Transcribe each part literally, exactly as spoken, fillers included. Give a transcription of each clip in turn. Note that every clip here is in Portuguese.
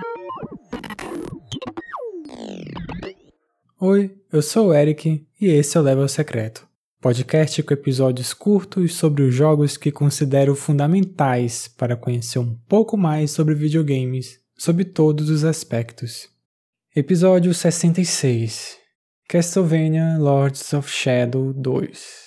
Oi, eu sou o Eric e esse é o Level Secreto, podcast com episódios curtos sobre os jogos que considero fundamentais para conhecer um pouco mais sobre videogames, sob todos os aspectos. Episódio sessenta e seis, Castlevania Lords of Shadow dois.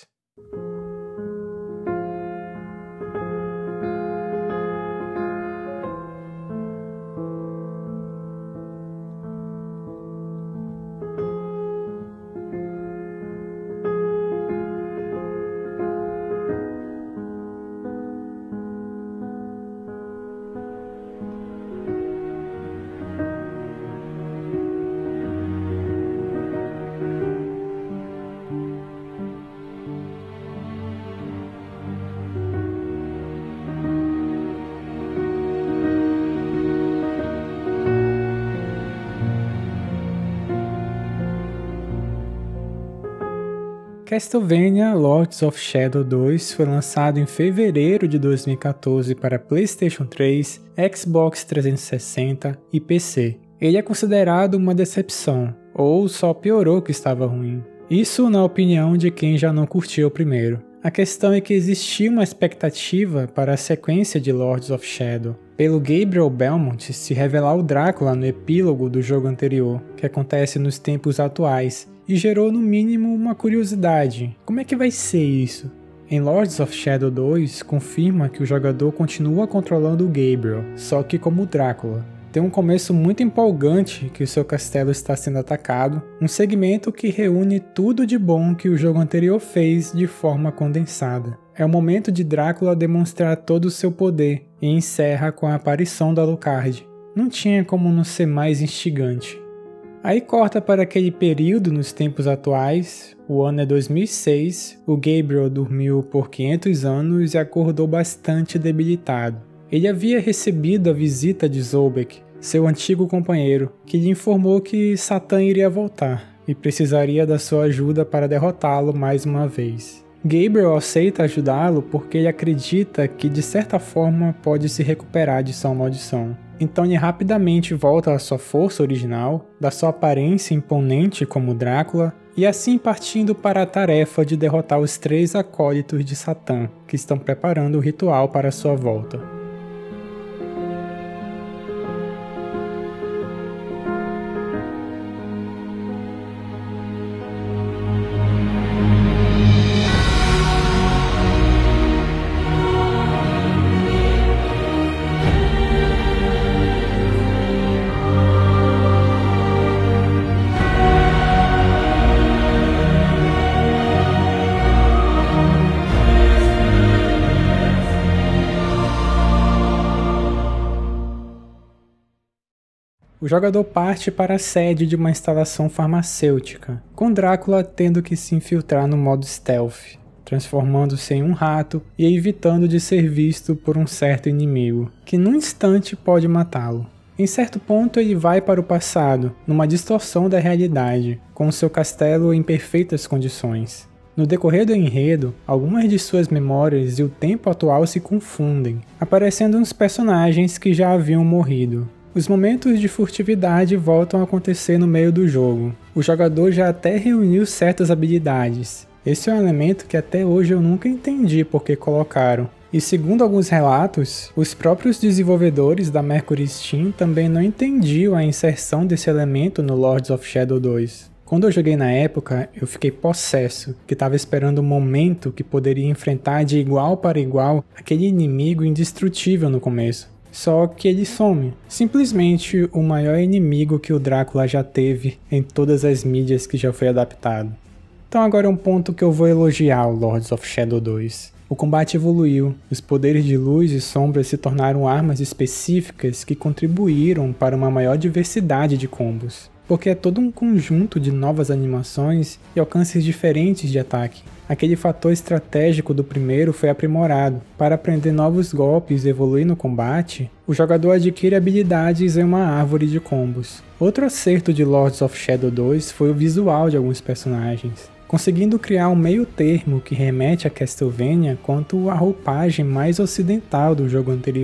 Castlevania Lords of Shadow dois foi lançado em fevereiro de dois mil e quatorze para PlayStation três, Xbox trezentos e sessenta e P C. Ele é considerado uma decepção, ou só piorou o que estava ruim. Isso na opinião de quem já não curtiu o primeiro. A questão é que existia uma expectativa para a sequência de Lords of Shadow, pelo Gabriel Belmont se revelar o Drácula no epílogo do jogo anterior, que acontece nos tempos atuais, e gerou no mínimo uma curiosidade. Como é que vai ser isso? Em Lords of Shadow dois, confirma que o jogador continua controlando o Gabriel, só que como Drácula. Tem um começo muito empolgante que o seu castelo está sendo atacado, um segmento que reúne tudo de bom que o jogo anterior fez de forma condensada. É o momento de Drácula demonstrar todo o seu poder e encerra com a aparição da Alucard. Não tinha como não ser mais instigante. Aí corta para aquele período nos tempos atuais, o ano é dois mil e seis, o Gabriel dormiu por quinhentos anos e acordou bastante debilitado. Ele havia recebido a visita de Sobek, seu antigo companheiro, que lhe informou que Satã iria voltar e precisaria da sua ajuda para derrotá-lo mais uma vez. Gabriel aceita ajudá-lo porque ele acredita que de certa forma pode se recuperar de sua maldição. Então ele rapidamente volta à sua força original, da sua aparência imponente como Drácula, e assim partindo para a tarefa de derrotar os três acólitos de Satã, que estão preparando o ritual para sua volta. O jogador parte para a sede de uma instalação farmacêutica, com Drácula tendo que se infiltrar no modo stealth, transformando-se em um rato e evitando de ser visto por um certo inimigo, que num instante pode matá-lo. Em certo ponto ele vai para o passado, numa distorção da realidade, com seu castelo em perfeitas condições. No decorrer do enredo, algumas de suas memórias e o tempo atual se confundem, aparecendo uns personagens que já haviam morrido. Os momentos de furtividade voltam a acontecer no meio do jogo. O jogador já até reuniu certas habilidades. Esse é um elemento que até hoje eu nunca entendi por que colocaram. E segundo alguns relatos, os próprios desenvolvedores da Mercury Steam também não entendiam a inserção desse elemento no Lords of Shadow dois. Quando eu joguei na época, eu fiquei possesso, que estava esperando um momento que poderia enfrentar de igual para igual aquele inimigo indestrutível no começo. Só que ele some. Simplesmente o maior inimigo que o Drácula já teve em todas as mídias que já foi adaptado. Então agora é um ponto que eu vou elogiar o Lords of Shadow dois. O combate evoluiu, os poderes de luz e sombras se tornaram armas específicas que contribuíram para uma maior diversidade de combos. Porque é todo um conjunto de novas animações e alcances diferentes de ataque. Aquele fator estratégico do primeiro foi aprimorado. Para aprender novos golpes e evoluir no combate, o jogador adquire habilidades em uma árvore de combos. Outro acerto de Lords of Shadow dois foi o visual de alguns personagens, conseguindo criar um meio termo que remete a Castlevania quanto à roupagem mais ocidental do jogo anterior.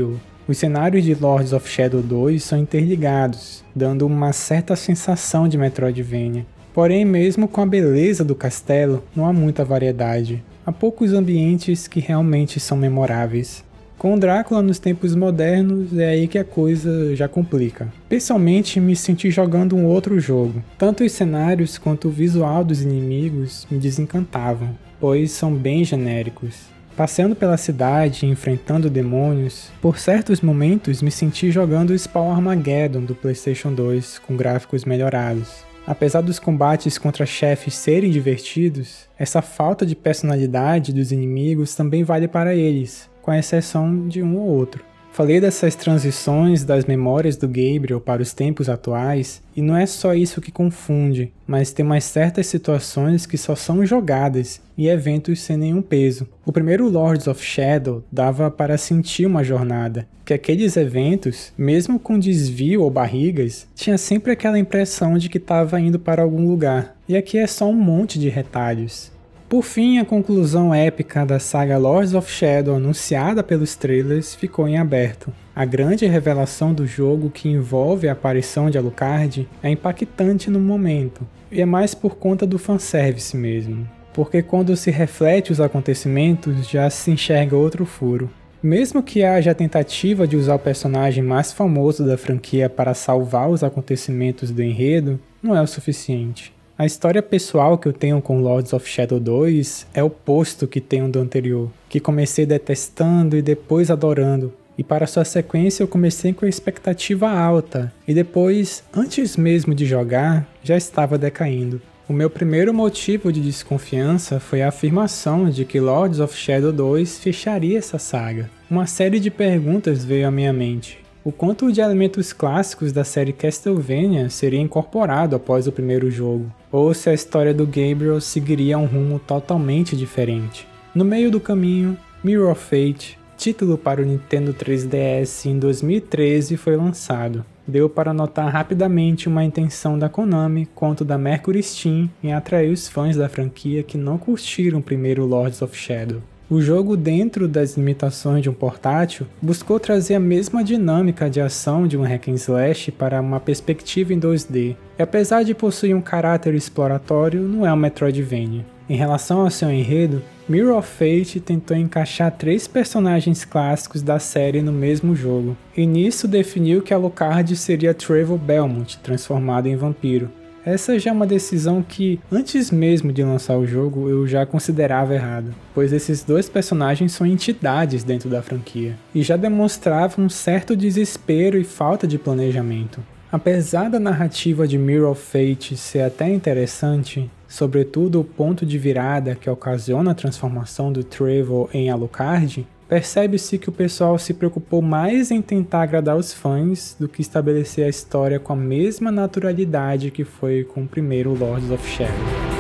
Os cenários de Lords of Shadow dois são interligados, dando uma certa sensação de Metroidvania. Porém, mesmo com a beleza do castelo, não há muita variedade. Há poucos ambientes que realmente são memoráveis. Com o Drácula nos tempos modernos, é aí que a coisa já complica. Pessoalmente, me senti jogando um outro jogo. Tanto os cenários quanto o visual dos inimigos me desencantavam, pois são bem genéricos. Passeando pela cidade e enfrentando demônios, por certos momentos me senti jogando o Spawn Armageddon do PlayStation dois, com gráficos melhorados. Apesar dos combates contra chefes serem divertidos, essa falta de personalidade dos inimigos também vale para eles, com exceção de um ou outro. Falei dessas transições das memórias do Gabriel para os tempos atuais, e não é só isso que confunde, mas tem umas certas situações que só são jogadas e eventos sem nenhum peso. O primeiro Lords of Shadow dava para sentir uma jornada, que aqueles eventos, mesmo com desvio ou barrigas, tinha sempre aquela impressão de que estava indo para algum lugar, e aqui é só um monte de retalhos. Por fim, a conclusão épica da saga Lords of Shadow anunciada pelos trailers ficou em aberto. A grande revelação do jogo que envolve a aparição de Alucard é impactante no momento, e é mais por conta do fanservice mesmo, porque quando se reflete os acontecimentos já se enxerga outro furo. Mesmo que haja a tentativa de usar o personagem mais famoso da franquia para salvar os acontecimentos do enredo, não é o suficiente. A história pessoal que eu tenho com Lords of Shadow dois é o oposto que tenho do anterior, que comecei detestando e depois adorando, e para sua sequência eu comecei com a expectativa alta, e depois, antes mesmo de jogar, já estava decaindo. O meu primeiro motivo de desconfiança foi a afirmação de que Lords of Shadow dois fecharia essa saga. Uma série de perguntas veio à minha mente. O quanto de elementos clássicos da série Castlevania seria incorporado após o primeiro jogo, ou se a história do Gabriel seguiria um rumo totalmente diferente. No meio do caminho, Mirror of Fate, título para o Nintendo três D S em dois mil e treze, foi lançado. Deu para notar rapidamente uma intenção da Konami quanto da Mercury Steam em atrair os fãs da franquia que não curtiram o primeiro Lords of Shadow. O jogo, dentro das limitações de um portátil, buscou trazer a mesma dinâmica de ação de um hack and slash para uma perspectiva em dois D, e apesar de possuir um caráter exploratório, não é um Metroidvania. Em relação ao seu enredo, Mirror of Fate tentou encaixar três personagens clássicos da série no mesmo jogo, e nisso definiu que Alucard seria Trevor Belmont, transformado em vampiro. Essa já é uma decisão que, antes mesmo de lançar o jogo, eu já considerava errada, pois esses dois personagens são entidades dentro da franquia, e já demonstravam um certo desespero e falta de planejamento. Apesar da narrativa de Mirror of Fate ser até interessante, sobretudo o ponto de virada que ocasiona a transformação do Trevor em Alucard, percebe-se que o pessoal se preocupou mais em tentar agradar os fãs do que estabelecer a história com a mesma naturalidade que foi com o primeiro Lords of Shadow.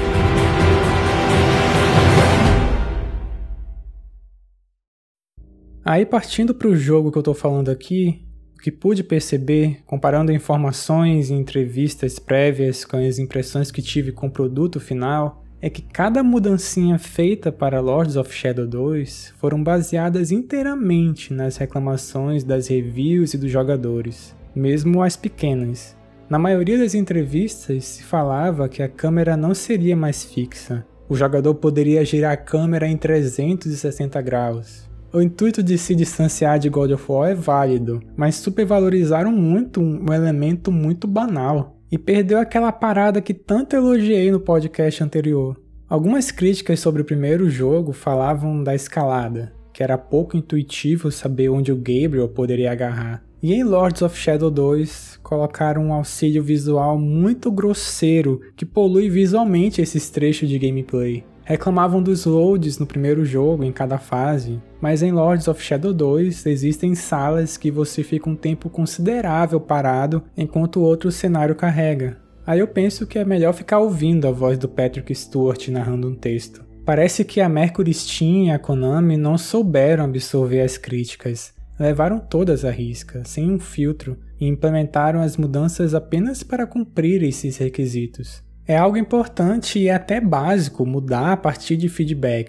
Aí, partindo para o jogo que eu estou falando aqui, o que pude perceber, comparando informações e entrevistas prévias com as impressões que tive com o produto final, é que cada mudancinha feita para Lords of Shadow dois foram baseadas inteiramente nas reclamações das reviews e dos jogadores, mesmo as pequenas. Na maioria das entrevistas se falava que a câmera não seria mais fixa, o jogador poderia girar a câmera em trezentos e sessenta graus. O intuito de se distanciar de God of War é válido, mas supervalorizaram muito um elemento muito banal. E perdeu aquela parada que tanto elogiei no podcast anterior. Algumas críticas sobre o primeiro jogo falavam da escalada, que era pouco intuitivo saber onde o Gabriel poderia agarrar. E em Lords of Shadow dois, colocaram um auxílio visual muito grosseiro que polui visualmente esses trechos de gameplay. Reclamavam dos loads no primeiro jogo, em cada fase, mas em Lords of Shadow dois existem salas que você fica um tempo considerável parado enquanto o outro cenário carrega. Aí eu penso que é melhor ficar ouvindo a voz do Patrick Stewart narrando um texto. Parece que a Mercury Steam e a Konami não souberam absorver as críticas, levaram todas à risca, sem um filtro, e implementaram as mudanças apenas para cumprir esses requisitos. É algo importante e até básico mudar a partir de feedbacks,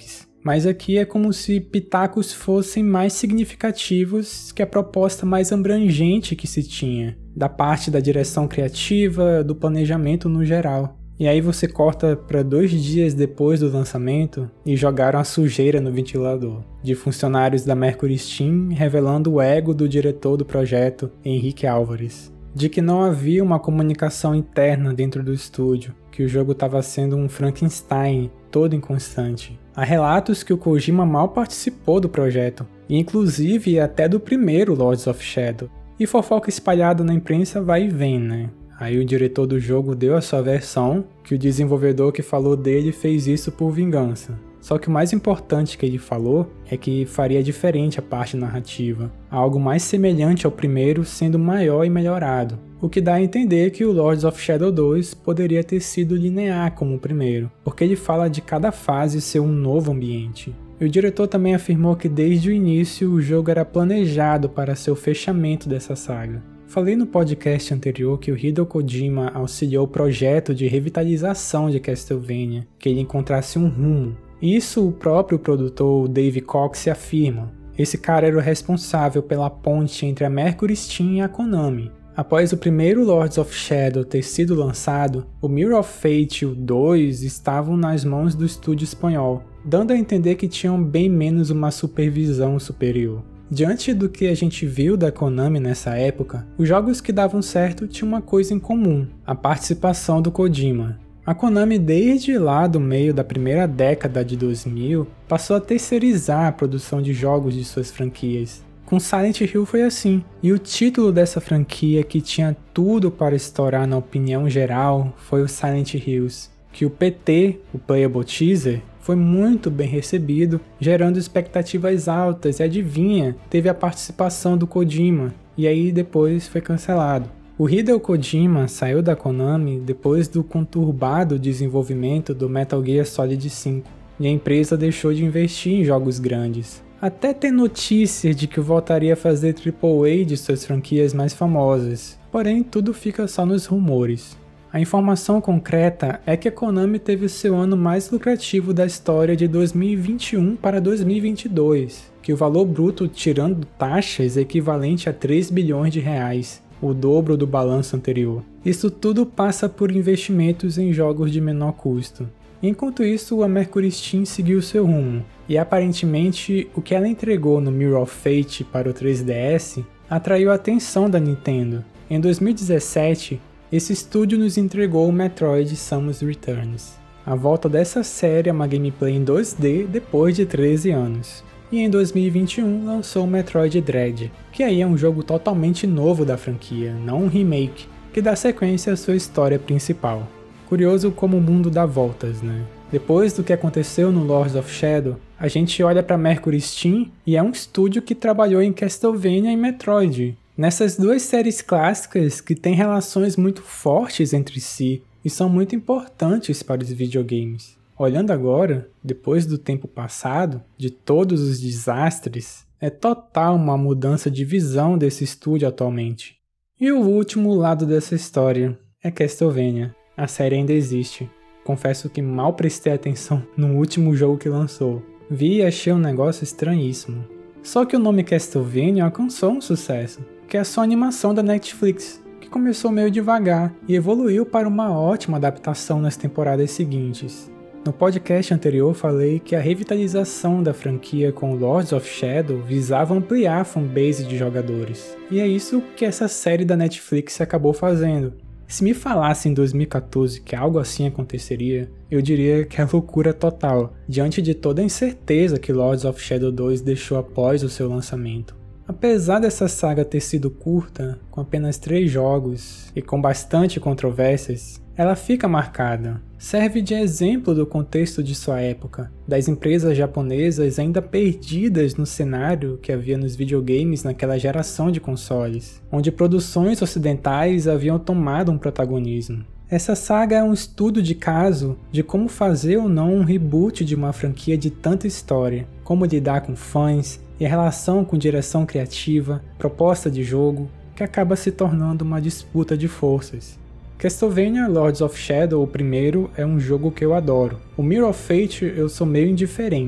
mas aqui é como se pitacos fossem mais significativos que a proposta mais abrangente que se tinha, da parte da direção criativa, do planejamento no geral. E aí você corta para dois dias depois do lançamento e jogaram a sujeira no ventilador, de funcionários da Mercury Steam revelando o ego do diretor do projeto, Henrique Álvares, de que não havia uma comunicação interna dentro do estúdio, que o jogo estava sendo um Frankenstein todo inconstante. Há relatos que o Kojima mal participou do projeto, e inclusive até do primeiro Lords of Shadow. E fofoca espalhada na imprensa vai e vem, né? Aí o diretor do jogo deu a sua versão, que o desenvolvedor que falou dele fez isso por vingança. Só que o mais importante que ele falou é que faria diferente a parte narrativa, algo mais semelhante ao primeiro sendo maior e melhorado, o que dá a entender que o Lords of Shadow dois poderia ter sido linear como o primeiro, porque ele fala de cada fase ser um novo ambiente. E o diretor também afirmou que desde o início o jogo era planejado para ser o fechamento dessa saga. Falei no podcast anterior que o Hideo Kojima auxiliou o projeto de revitalização de Castlevania, que ele encontrasse um rumo. Isso o próprio produtor Dave Cox afirma. Esse cara era o responsável pela ponte entre a Mercury Steam e a Konami. Após o primeiro Lords of Shadow ter sido lançado, o Mirror of Fate e o dois estavam nas mãos do estúdio espanhol, dando a entender que tinham bem menos uma supervisão superior. Diante do que a gente viu da Konami nessa época, os jogos que davam certo tinham uma coisa em comum, a participação do Kojima. A Konami, desde lá do meio da primeira década de dois mil, passou a terceirizar a produção de jogos de suas franquias. Com Silent Hill foi assim, e o título dessa franquia que tinha tudo para estourar na opinião geral foi o Silent Hills, que o P T, o Playable Teaser, foi muito bem recebido, gerando expectativas altas e adivinha, teve a participação do Kojima, e aí depois foi cancelado. O Hideo Kojima saiu da Konami depois do conturbado desenvolvimento do Metal Gear Solid cinco, e a empresa deixou de investir em jogos grandes. Até tem notícias de que voltaria a fazer triplo A de suas franquias mais famosas, porém tudo fica só nos rumores. A informação concreta é que a Konami teve o seu ano mais lucrativo da história de dois mil e vinte e um para dois mil e vinte e dois, que o valor bruto tirando taxas é equivalente a três bilhões de reais, o dobro do balanço anterior. Isso tudo passa por investimentos em jogos de menor custo. Enquanto isso, a Mercury Steam seguiu seu rumo, e aparentemente o que ela entregou no Mirror of Fate para o três D S atraiu a atenção da Nintendo. Em dois mil e dezessete, esse estúdio nos entregou o Metroid Samus Returns. A volta dessa série é uma gameplay em dois D depois de treze anos. E em dois mil e vinte e um lançou o Metroid Dread, que aí é um jogo totalmente novo da franquia, não um remake, que dá sequência à sua história principal. Curioso como o mundo dá voltas, né? Depois do que aconteceu no Lords of Shadow, a gente olha para Mercury Steam e é um estúdio que trabalhou em Castlevania e Metroid, nessas duas séries clássicas que têm relações muito fortes entre si e são muito importantes para os videogames. Olhando agora, depois do tempo passado, de todos os desastres, é total uma mudança de visão desse estúdio atualmente. E o último lado dessa história é Castlevania. A série ainda existe. Confesso que mal prestei atenção no último jogo que lançou. Vi e achei um negócio estranhíssimo. Só que o nome Castlevania alcançou um sucesso, que é a sua animação da Netflix, que começou meio devagar e evoluiu para uma ótima adaptação nas temporadas seguintes. No podcast anterior falei que a revitalização da franquia com Lords of Shadow visava ampliar a fanbase de jogadores, e é isso que essa série da Netflix acabou fazendo. Se me falasse em dois mil e quatorze que algo assim aconteceria, eu diria que é loucura total, diante de toda a incerteza que Lords of Shadow dois deixou após o seu lançamento. Apesar dessa saga ter sido curta, com apenas três jogos e com bastante controvérsias, ela fica marcada. Serve de exemplo do contexto de sua época, das empresas japonesas ainda perdidas no cenário que havia nos videogames naquela geração de consoles, onde produções ocidentais haviam tomado um protagonismo. Essa saga é um estudo de caso de como fazer ou não um reboot de uma franquia de tanta história, como lidar com fãs e a relação com direção criativa, proposta de jogo, que acaba se tornando uma disputa de forças. Castlevania Lords of Shadow, o primeiro, é um jogo que eu adoro. O Mirror of Fate eu sou meio indiferente,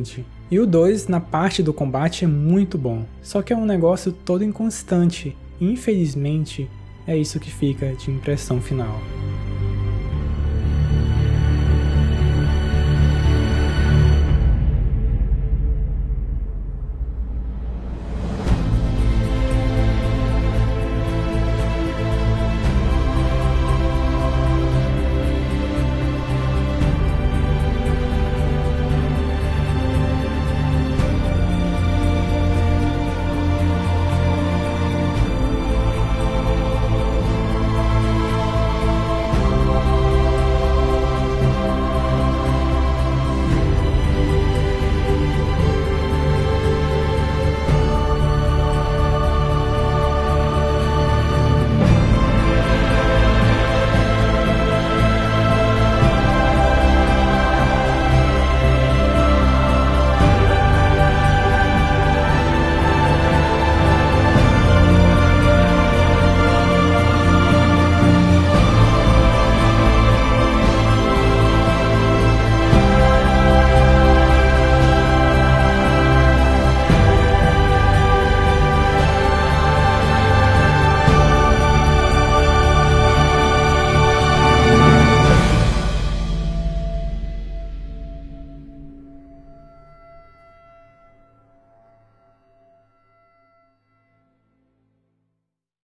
E o dois, na parte do combate, é muito bom, só que é um negócio todo inconstante, e infelizmente é isso que fica de impressão final.